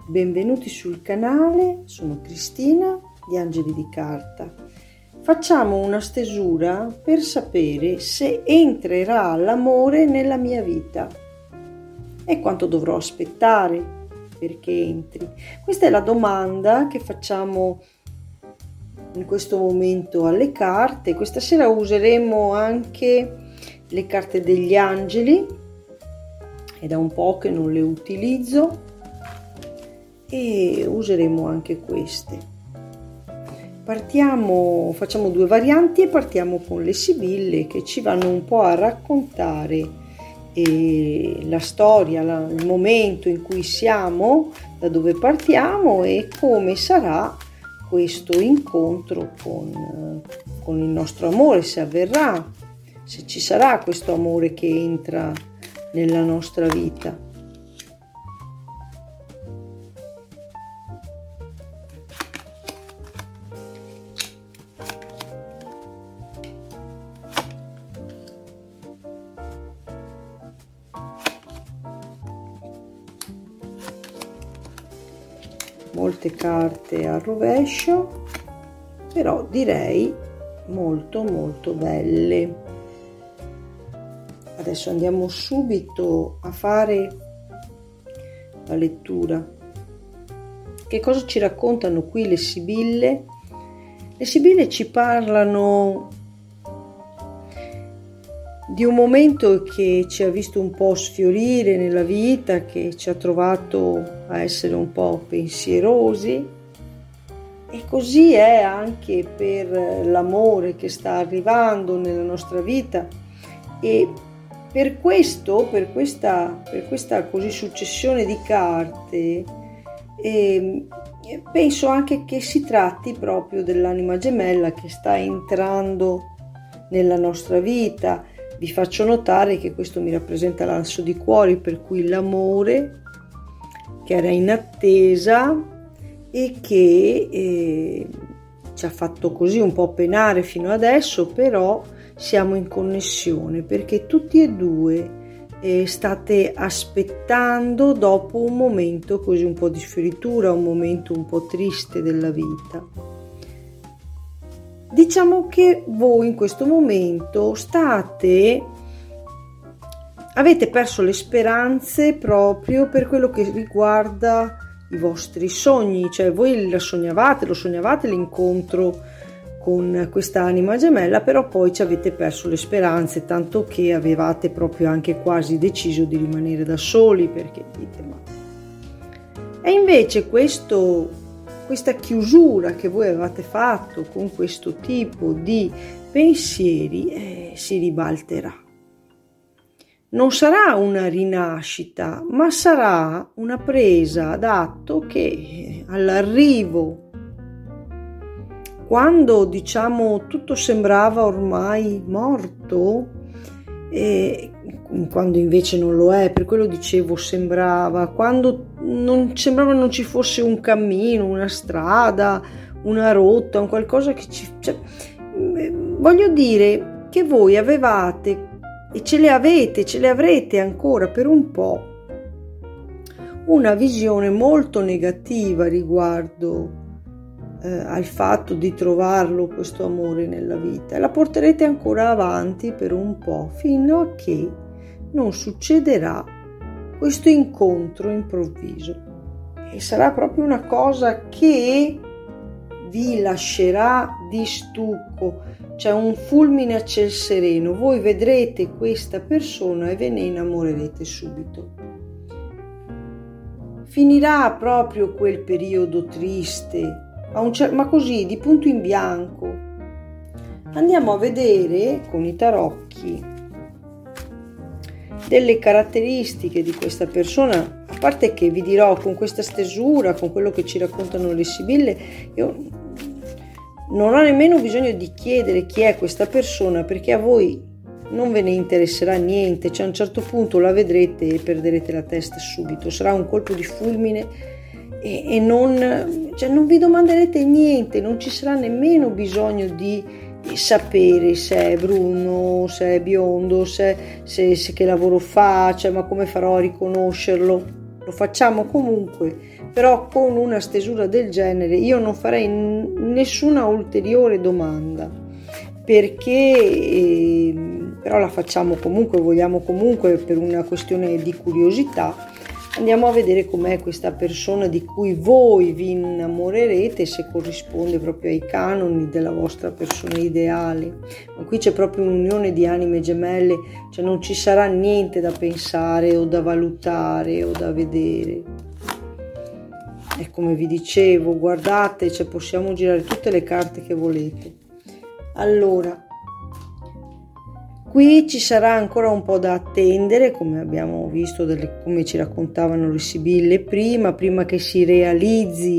benvenuti sul canale, sono Cristina di Angeli di Carta. Facciamo una stesura per sapere se entrerà l'amore nella mia vita e quanto dovrò aspettare perché entri. Questa è la domanda che facciamo in questo momento alle carte. Questa sera useremo anche le carte degli angeli, è da un po' che non le utilizzo, e useremo anche queste. Facciamo due varianti e partiamo con le sibille che ci vanno un po' a raccontare la storia, il momento in cui siamo, da dove partiamo e come sarà questo incontro con il nostro amore, se avverrà, se ci sarà questo amore che entra nella nostra vita. Molte carte a rovescio, però direi molto molto belle. Adesso andiamo subito a fare la lettura. Che cosa ci raccontano qui le sibille? Le sibille ci parlano di un momento che ci ha visto un po' sfiorire nella vita, che ci ha trovato a essere un po' pensierosi, e così è anche per l'amore che sta arrivando nella nostra vita. E per questa così successione di carte, penso anche che si tratti proprio dell'anima gemella che sta entrando nella nostra vita. Vi faccio notare che questo mi rappresenta l'asso di cuori, per cui l'amore che era in attesa e che ci ha fatto così un po' penare fino adesso, però siamo in connessione perché tutti e due state aspettando dopo un momento così un po' di sfioritura, un momento un po' triste della vita. Diciamo che voi in questo momento avete perso le speranze proprio per quello che riguarda i vostri sogni, cioè voi lo sognavate l'incontro con questa anima gemella, però poi ci avete perso le speranze, tanto che avevate proprio anche quasi deciso di rimanere da soli, perché dite E invece questa chiusura che voi avevate fatto con questo tipo di pensieri si ribalterà. Non sarà una rinascita, ma sarà una presa d'atto che all'arrivo, quando tutto sembrava ormai morto, quando invece non lo è, per quello dicevo sembrava, quando non ci fosse un cammino, una strada, una rotta, un qualcosa che voglio dire che voi avevate e ce le avrete ancora per un po' una visione molto negativa riguardo al fatto di trovarlo questo amore nella vita, e la porterete ancora avanti per un po' fino a che non succederà questo incontro improvviso, e sarà proprio una cosa che vi lascerà di stucco, cioè un fulmine a ciel sereno. Voi vedrete questa persona e ve ne innamorerete subito. Finirà proprio quel periodo triste, ma così di punto in bianco. Andiamo a vedere con i tarocchi delle caratteristiche di questa persona, a parte che vi dirò con questa stesura, con quello che ci raccontano le sibille, io non ho nemmeno bisogno di chiedere chi è questa persona, perché a voi non ve ne interesserà niente, cioè a un certo punto la vedrete e perderete la testa subito, sarà un colpo di fulmine e non vi domanderete niente, non ci sarà nemmeno bisogno di sapere se è bruno, se è biondo, se che lavoro fa, ma come farò a riconoscerlo. lo facciamo comunque, però con una stesura del genere io non farei nessuna ulteriore domanda, perché però la facciamo comunque, vogliamo comunque, per una questione di curiosità, andiamo a vedere com'è questa persona di cui voi vi innamorerete, se corrisponde proprio ai canoni della vostra persona ideale. Ma qui c'è proprio un'unione di anime gemelle, cioè non ci sarà niente da pensare o da valutare o da vedere. E come vi dicevo, guardate, cioè possiamo girare tutte le carte che volete. Allora, qui ci sarà ancora un po' da attendere, come abbiamo visto, come ci raccontavano le sibille prima che si realizzi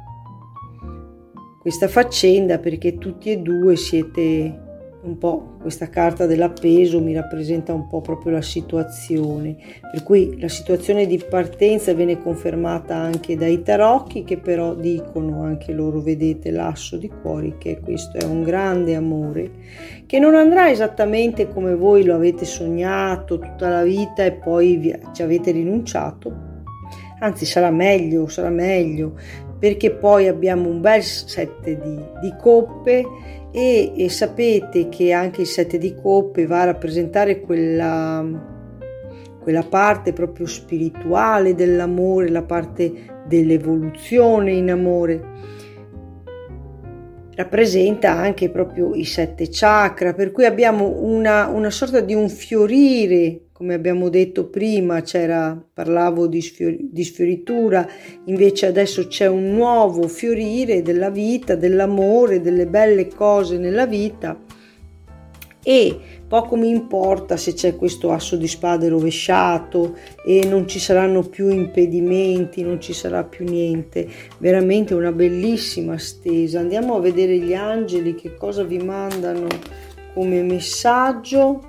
questa faccenda, perché tutti e due siete un po', questa carta dell'appeso mi rappresenta un po' proprio la situazione, per cui la situazione di partenza viene confermata anche dai tarocchi, che però dicono anche loro, vedete l'asso di cuori, che questo è un grande amore che non andrà esattamente come voi lo avete sognato tutta la vita e poi ci avete rinunciato, anzi sarà meglio, perché poi abbiamo un bel 7 di coppe e sapete che anche il 7 di coppe va a rappresentare quella parte proprio spirituale dell'amore, la parte dell'evoluzione in amore. Rappresenta anche proprio i 7 chakra, per cui abbiamo una sorta di un fiorire, come abbiamo detto prima, parlavo di sfioritura, invece adesso c'è un nuovo fiorire della vita, dell'amore, delle belle cose nella vita, e poco mi importa se c'è questo asso di spade rovesciato e non ci saranno più impedimenti, non ci sarà più niente, veramente una bellissima stesa. Andiamo a vedere gli angeli che cosa vi mandano come messaggio.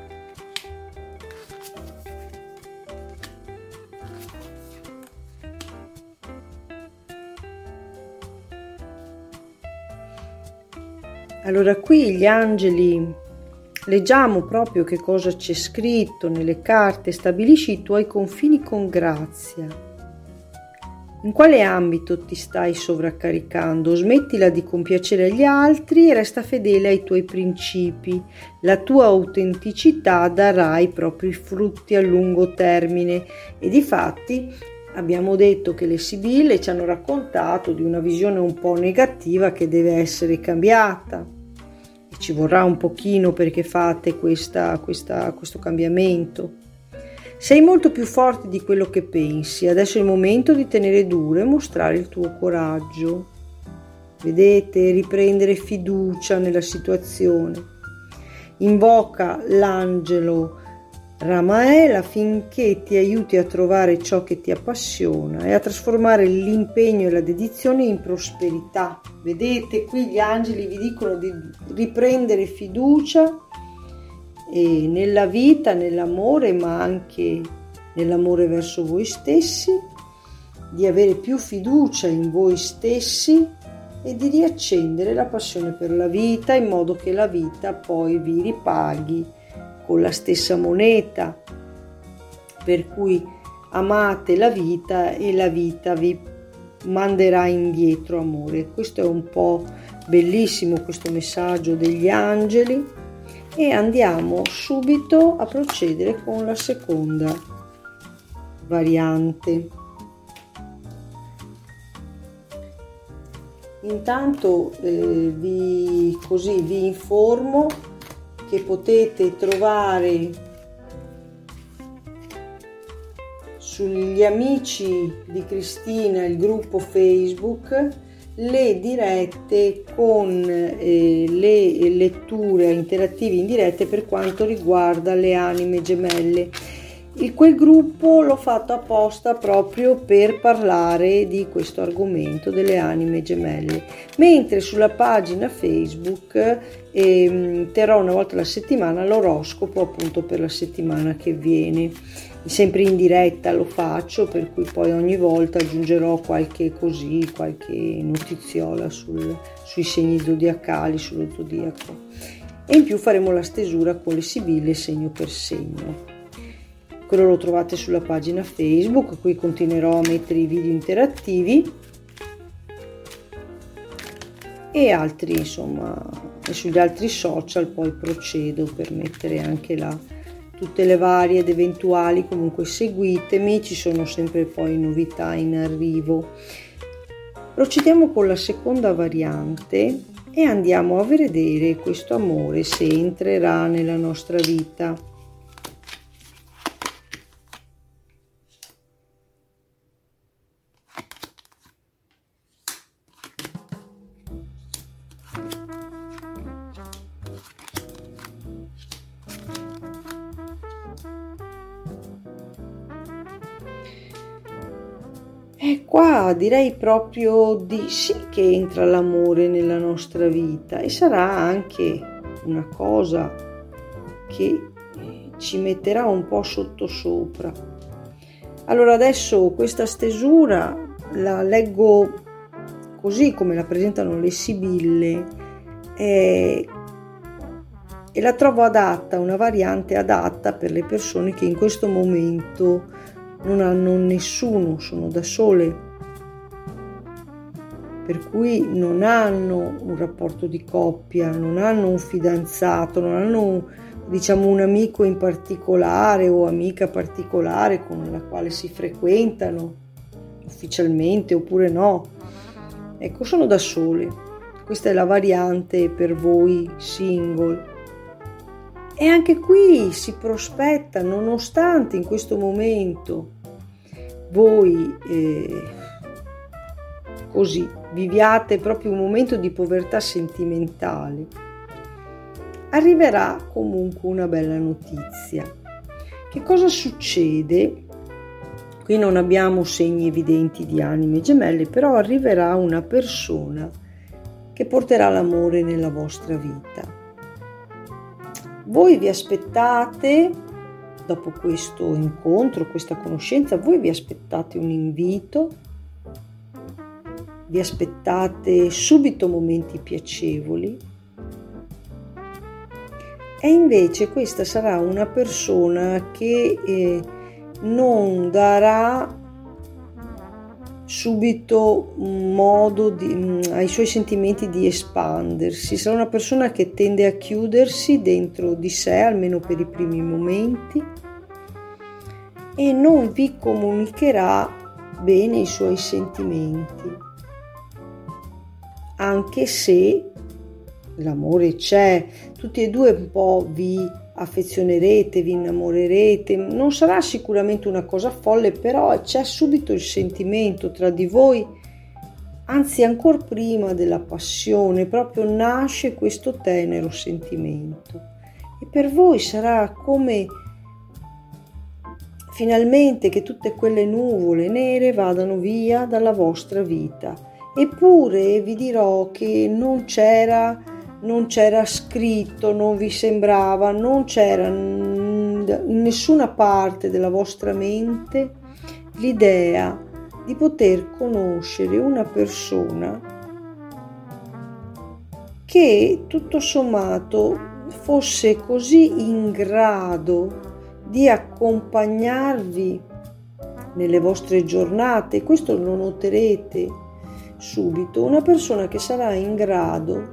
Allora, qui gli angeli, leggiamo proprio che cosa c'è scritto nelle carte. Stabilisci i tuoi confini con grazia. In quale ambito ti stai sovraccaricando? Smettila di compiacere gli altri e resta fedele ai tuoi principi. La tua autenticità darà i propri frutti a lungo termine. E difatti abbiamo detto che le sibille ci hanno raccontato di una visione un po' negativa che deve essere cambiata. Ci vorrà un pochino perché fate questo cambiamento. Sei molto più forte di quello che pensi. Adesso è il momento di tenere duro e mostrare il tuo coraggio. Vedete, riprendere fiducia nella situazione. Invoca l'angelo Ramael affinché ti aiuti a trovare ciò che ti appassiona e a trasformare l'impegno e la dedizione in prosperità. Vedete, qui gli angeli vi dicono di riprendere fiducia nella vita, nell'amore, ma anche nell'amore verso voi stessi, di avere più fiducia in voi stessi e di riaccendere la passione per la vita, in modo che la vita poi vi ripaghi con la stessa moneta, per cui amate la vita e la vita vi manderà indietro amore. Questo è un po' bellissimo, questo messaggio degli angeli, e andiamo subito a procedere con la seconda variante. Intanto vi informo che potete trovare sugli amici di Cristina, il gruppo Facebook, le dirette con le letture interattive in dirette per quanto riguarda le anime gemelle. Quel gruppo l'ho fatto apposta proprio per parlare di questo argomento delle anime gemelle, mentre sulla pagina Facebook terrò una volta alla settimana l'oroscopo appunto per la settimana che viene. Sempre in diretta lo faccio, per cui poi ogni volta aggiungerò qualche notiziola sui segni zodiacali, sullo zodiaco, e in più faremo la stesura con le sibille segno per segno. quello lo trovate sulla pagina Facebook, qui continuerò a mettere i video interattivi e altri, insomma, e sugli altri social poi procedo per mettere anche tutte le varie ed eventuali. Comunque seguitemi, ci sono sempre poi novità in arrivo. Procediamo con la seconda variante e andiamo a vedere questo amore se entrerà nella nostra vita. E qua direi proprio di sì che entra l'amore nella nostra vita, e sarà anche una cosa che ci metterà un po' sottosopra. Allora adesso questa stesura la leggo così come la presentano le Sibille e la trovo adatta, una variante adatta per le persone che in questo momento non hanno nessuno, sono da sole, per cui non hanno un rapporto di coppia, non hanno un fidanzato, non hanno, diciamo, un amico in particolare o amica particolare con la quale si frequentano ufficialmente oppure no. Ecco, sono da sole. Questa è la variante per voi single. E anche qui si prospetta, nonostante in questo momento voi così viviate proprio un momento di povertà sentimentale, arriverà comunque una bella notizia. Che cosa succede? Qui non abbiamo segni evidenti di anime gemelle, però arriverà una persona che porterà l'amore nella vostra vita. Voi vi aspettate, dopo questo incontro, questa conoscenza, voi vi aspettate un invito, vi aspettate subito momenti piacevoli, e invece questa sarà una persona che non darà subito modo ai suoi sentimenti di espandersi. Sarà una persona che tende a chiudersi dentro di sé, almeno per i primi momenti, e non vi comunicherà bene i suoi sentimenti, anche se l'amore c'è, tutti e due un po' vi affezionerete, vi innamorerete, non sarà sicuramente una cosa folle, però c'è subito il sentimento tra di voi, anzi ancora prima della passione proprio nasce questo tenero sentimento, e per voi sarà come finalmente che tutte quelle nuvole nere vadano via dalla vostra vita. Eppure vi dirò che non c'era scritto, non vi sembrava, non c'era in nessuna parte della vostra mente l'idea di poter conoscere una persona che tutto sommato fosse così in grado di accompagnarvi nelle vostre giornate. Questo lo noterete subito, una persona che sarà in grado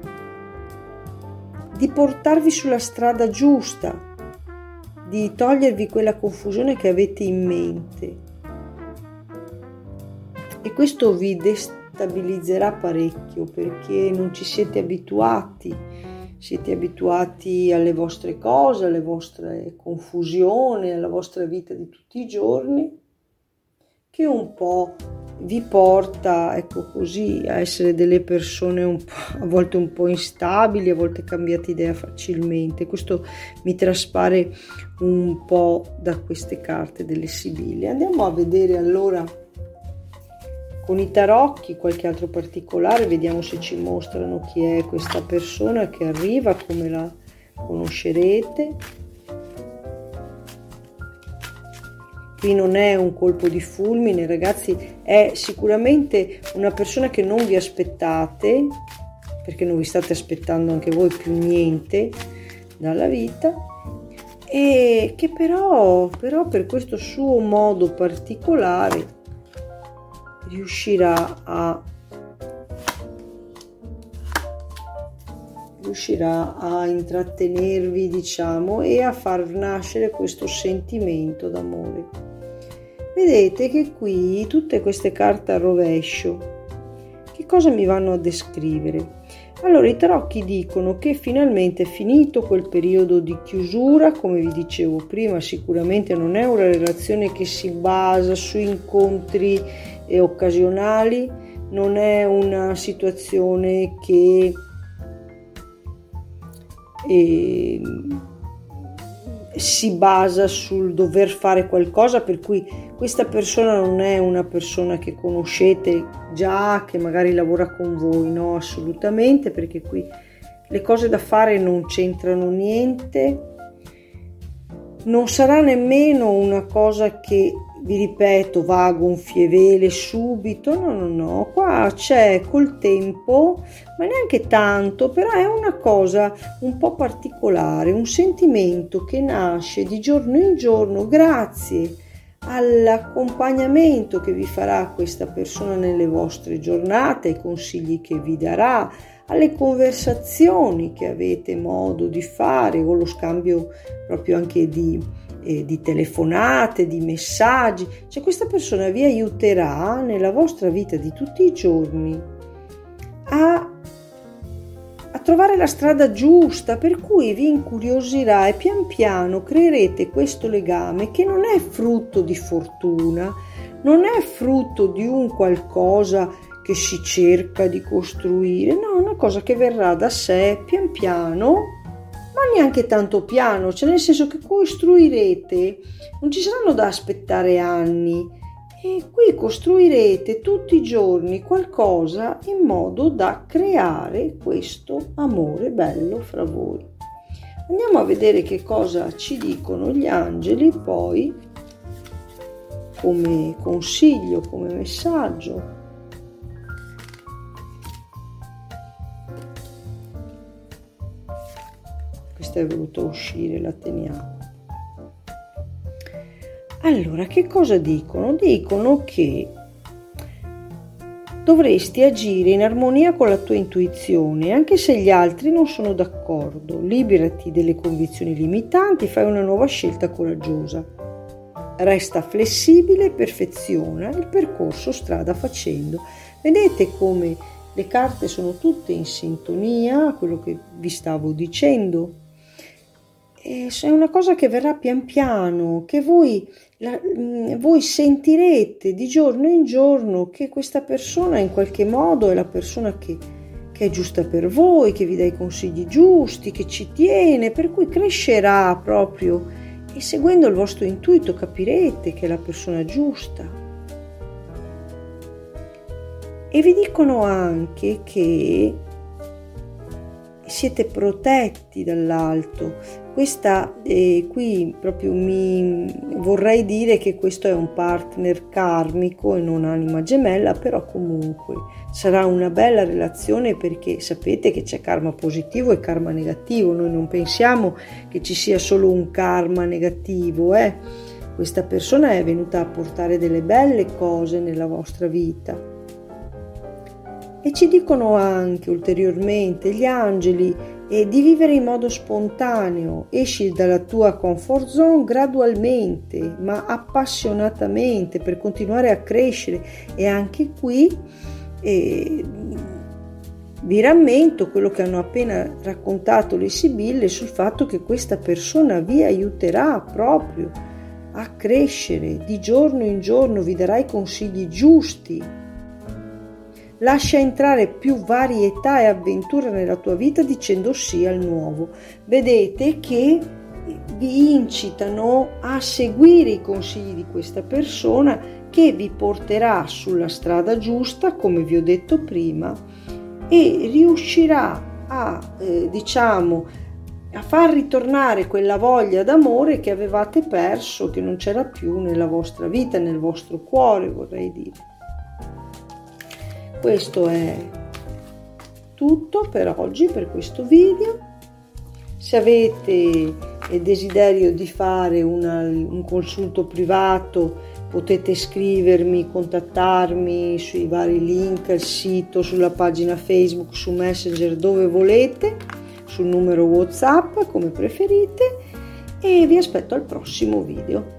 di portarvi sulla strada giusta, di togliervi quella confusione che avete in mente, e questo vi destabilizzerà parecchio perché non ci siete abituati alle vostre cose, alle vostre confusioni, alla vostra vita di tutti i giorni, che un po' vi porta, ecco così, a essere delle persone un po', a volte un po' instabili, a volte cambiate idea facilmente. Questo mi traspare un po' da queste carte delle Sibille. Andiamo a vedere allora con i tarocchi qualche altro particolare, vediamo se ci mostrano chi è questa persona che arriva, come la conoscerete. Qui non è un colpo di fulmine, ragazzi, è sicuramente una persona che non vi aspettate, perché non vi state aspettando anche voi più niente dalla vita, e che però per questo suo modo particolare riuscirà a intrattenervi, diciamo, e a far nascere questo sentimento d'amore. Vedete che qui tutte queste carte a rovescio, che cosa mi vanno a descrivere? Allora, i tarocchi dicono che finalmente è finito quel periodo di chiusura, come vi dicevo prima, sicuramente non è una relazione che si basa su incontri occasionali, non è una situazione che si basa sul dover fare qualcosa, per cui questa persona non è una persona che conoscete già, che magari lavora con voi, no, assolutamente, perché qui le cose da fare non c'entrano niente, non sarà nemmeno una cosa che, vi ripeto, va a gonfie vele subito, no, qua c'è col tempo, ma neanche tanto, però è una cosa un po' particolare, un sentimento che nasce di giorno in giorno grazie all'accompagnamento che vi farà questa persona nelle vostre giornate, ai consigli che vi darà, alle conversazioni che avete modo di fare, o lo scambio proprio anche di telefonate, di messaggi. Cioè, questa persona vi aiuterà nella vostra vita di tutti i giorni a trovare la strada giusta, per cui vi incuriosirà e pian piano creerete questo legame che non è frutto di fortuna, non è frutto di un qualcosa che si cerca di costruire, no, è una cosa che verrà da sé pian piano, ma neanche tanto piano, cioè nel senso che costruirete, non ci saranno da aspettare anni, e qui costruirete tutti i giorni qualcosa in modo da creare questo amore bello fra voi. Andiamo a vedere che cosa ci dicono gli angeli poi come consiglio, come messaggio. Questa è voluta uscire, la teniamo. Allora, che cosa dicono? Dicono che dovresti agire in armonia con la tua intuizione, anche se gli altri non sono d'accordo. Liberati delle convinzioni limitanti, fai una nuova scelta coraggiosa. Resta flessibile e perfeziona il percorso strada facendo. Vedete come le carte sono tutte in sintonia, quello che vi stavo dicendo. È una cosa che verrà pian piano, che voi sentirete di giorno in giorno che questa persona in qualche modo è la persona che è giusta per voi, che vi dà i consigli giusti, che ci tiene, per cui crescerà proprio, e seguendo il vostro intuito capirete che è la persona giusta. E vi dicono anche che siete protetti dall'alto. Questa qui proprio vorrei dire che questo è un partner karmico e non anima gemella, però comunque sarà una bella relazione, perché sapete che c'è karma positivo e karma negativo. Noi non pensiamo che ci sia solo un karma negativo, Questa persona è venuta a portare delle belle cose nella vostra vita. E ci dicono anche ulteriormente gli angeli di vivere in modo spontaneo, esci dalla tua comfort zone gradualmente ma appassionatamente per continuare a crescere. E anche qui vi rammento quello che hanno appena raccontato le sibille sul fatto che questa persona vi aiuterà proprio a crescere di giorno in giorno, vi darà i consigli giusti. Lascia entrare più varietà e avventura nella tua vita dicendo sì al nuovo. Vedete che vi incitano a seguire i consigli di questa persona, che vi porterà sulla strada giusta, come vi ho detto prima, e riuscirà a far ritornare quella voglia d'amore che avevate perso, che non c'era più nella vostra vita, nel vostro cuore, vorrei dire. Questo è tutto per oggi, per questo video. Se avete e desiderio di fare un consulto privato, potete scrivermi, contattarmi sui vari link, al sito, sulla pagina Facebook, su Messenger, dove volete, sul numero WhatsApp, come preferite, e vi aspetto al prossimo video.